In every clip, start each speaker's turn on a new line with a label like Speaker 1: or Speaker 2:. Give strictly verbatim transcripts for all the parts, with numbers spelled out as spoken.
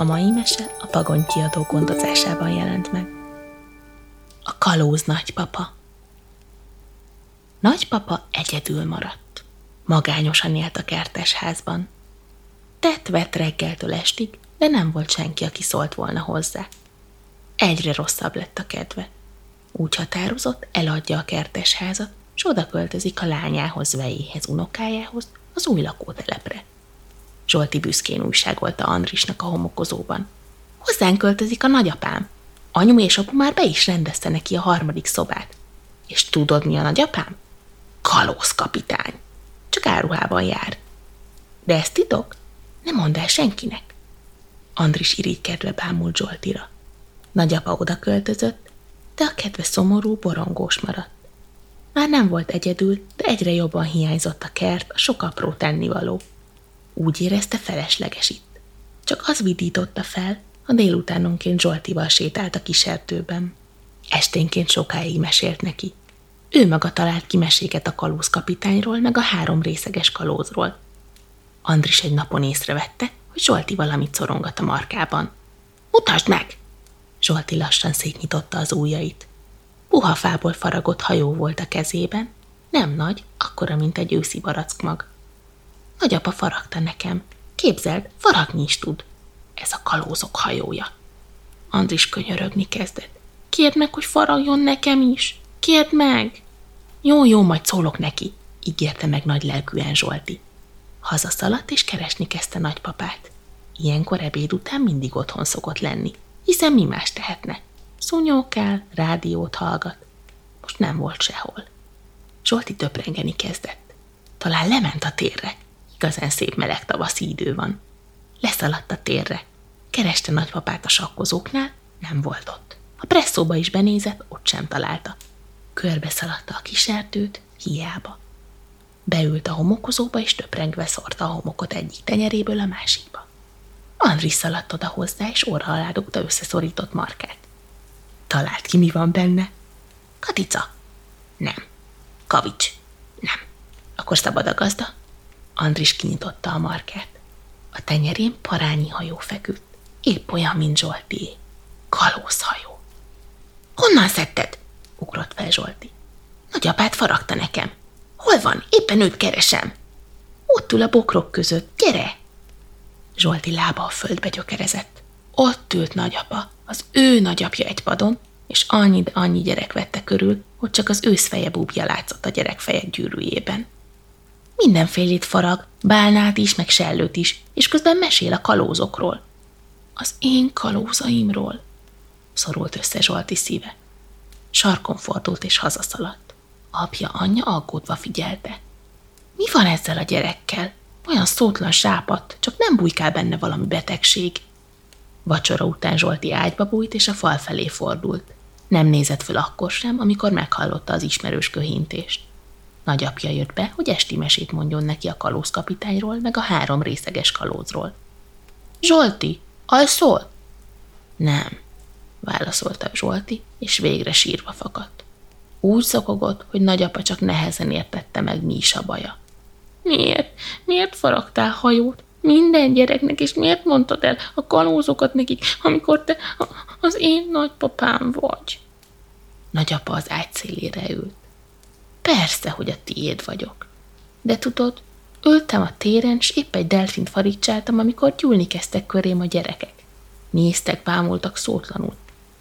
Speaker 1: A mai mese a Pagony Kiadó gondozásában jelent meg. A kalóz nagypapa. Nagypapa egyedül maradt. Magányosan élt a kertesházban. Tett-vett reggeltől estig, de nem volt senki, aki szólt volna hozzá. Egyre rosszabb lett a kedve. Úgy határozott, eladja a kertesházat, s oda költözik a lányához, vejéhez, unokájához, az új lakótelepre. Zsolti büszkén újságolta Andrisnak a homokozóban. Hozzánk költözik a nagyapám. Anyu és apu már be is rendezte neki a harmadik szobát. És tudod, mi a nagyapám? Kalózkapitány. Csak áruhában jár. De ez titok? Ne mondd el senkinek. Andris irigykedve bámult Zsoltira. Nagyapa oda költözött, de a kedve szomorú, borongós maradt. Már nem volt egyedül, de egyre jobban hiányzott a kert, a sok apró tennivaló. Úgy érezte, felesleges itt. Csak az vidította fel, a délutánonként Zsoltival sétált a kísértőben. Esténként sokáig mesélt neki. Ő maga talált ki meséket a kalózkapitányról, meg a három részeges kalózról. Andris egy napon észrevette, hogy Zsolti valamit szorongat a markában. Mutasd meg! Zsolti lassan szétnyitotta az ujjait. Puha fából faragott hajó volt a kezében, nem nagy, akkora, mint egy őszi barackmag. Nagyapa faragta nekem. Képzeld, faragni is tud. Ez a kalózok hajója. Andris könyörögni kezdett. Kérd meg, hogy faragjon nekem is. Kérd meg! Jó, jó, majd szólok neki, ígérte meg nagy lelkűen Zsolti. Hazaszaladt és keresni kezdte nagypapát. Ilyenkor ebéd után mindig otthon szokott lenni, hiszen mi más tehetne. Szúnyókál, rádiót hallgat. Most nem volt sehol. Zsolti töprengeni kezdett. Talán lement a térre. Igazán szép meleg tavaszi idő van. Leszaladt a térre. Kereste nagypapát a sakkozóknál, nem volt ott. A presszóba is benézett, ott sem találta. Körbe szaladta a kísértőt, hiába. Beült a homokozóba, és töprengve szórta a homokot egyik tenyeréből a másikba. Andris szaladt oda hozzá, és orra alá dugta összeszorított markát. Talált ki, mi van benne? Katica? Nem. Kavics? Nem. Akkor szabad a gazda? Andris kinyitotta a markát. A tenyerén parányi hajó feküdt, épp olyan, mint Zsoltié. Kalózhajó. Honnan szedted? Ugrott fel Zsolti. Nagyapát faragta nekem. Hol van? Éppen őt keresem. Ott ül a bokrok között. Gyere! Zsolti lába a földbe gyökerezett. Ott ült nagyapa, az ő nagyapja egy padon, és annyi, de annyi gyerek vette körül, hogy csak az őszfeje búbja látszott a gyerekfejek gyűrűjében. Mindenfélét farag, bálnát is, meg sellőt is, és közben mesél a kalózokról. Az én kalózaimról, szorult össze Zsolti szíve. Sarkon fordult és hazaszaladt. Apja, anyja aggódva figyelte. Mi van ezzel a gyerekkel? Olyan szótlan sápadt, csak nem bujkál benne valami betegség. Vacsora után Zsolti ágyba bújt, és a fal felé fordult. Nem nézett föl akkor sem, amikor meghallotta az ismerős köhintést. Nagyapja jött be, hogy esti mesét mondjon neki a kalózkapitányról, meg a három részeges kalózról. Zsolti, alszol? Nem, válaszolta Zsolti, és végre sírva fakadt. Úgy zokogott, hogy nagyapa csak nehezen értette meg, mi is a baja. Miért? Miért faragtál hajót? Minden gyereknek, és miért mondtad el a kalózokat nekik, amikor te az én nagypapám vagy? Nagyapa az ágy szélére ült. Persze, hogy a tiéd vagyok. De tudod, ültem a téren, s épp egy delfint farigcsáltam, amikor gyúlni kezdtek körém a gyerekek. Néztek, bámultak szótlanul.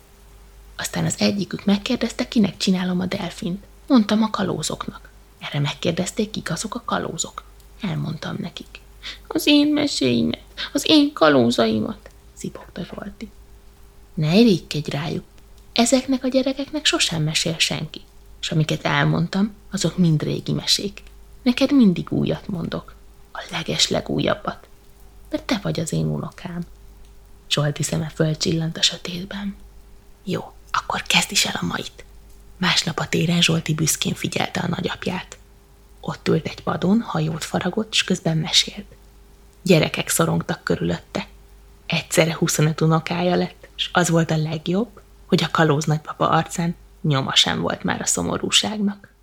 Speaker 1: Aztán az egyikük megkérdezte, kinek csinálom a delfint. Mondtam, a kalózoknak. Erre megkérdezték, kik azok a kalózok. Elmondtam nekik. Az én meséimet, az én kalózaimat, szipogta Zsolti. Ne irigykedj rájuk. Ezeknek a gyerekeknek sosem mesél senki. És amiket elmondtam, azok mind régi mesék. Neked mindig újat mondok. A leges-legújabbat. Mert te vagy az én unokám. Zsolti szeme fölcsillant a sötétben. Jó, akkor kezd is el a mait. Másnap a téren Zsolti büszkén figyelte a nagyapját. Ott ült egy padon, hajót faragott, s közben mesélt. Gyerekek szorongtak körülötte. Egyszerre huszonöt unokája lett, s az volt a legjobb, hogy a kalóz nagypapa arcán nyoma sem volt már a szomorúságnak.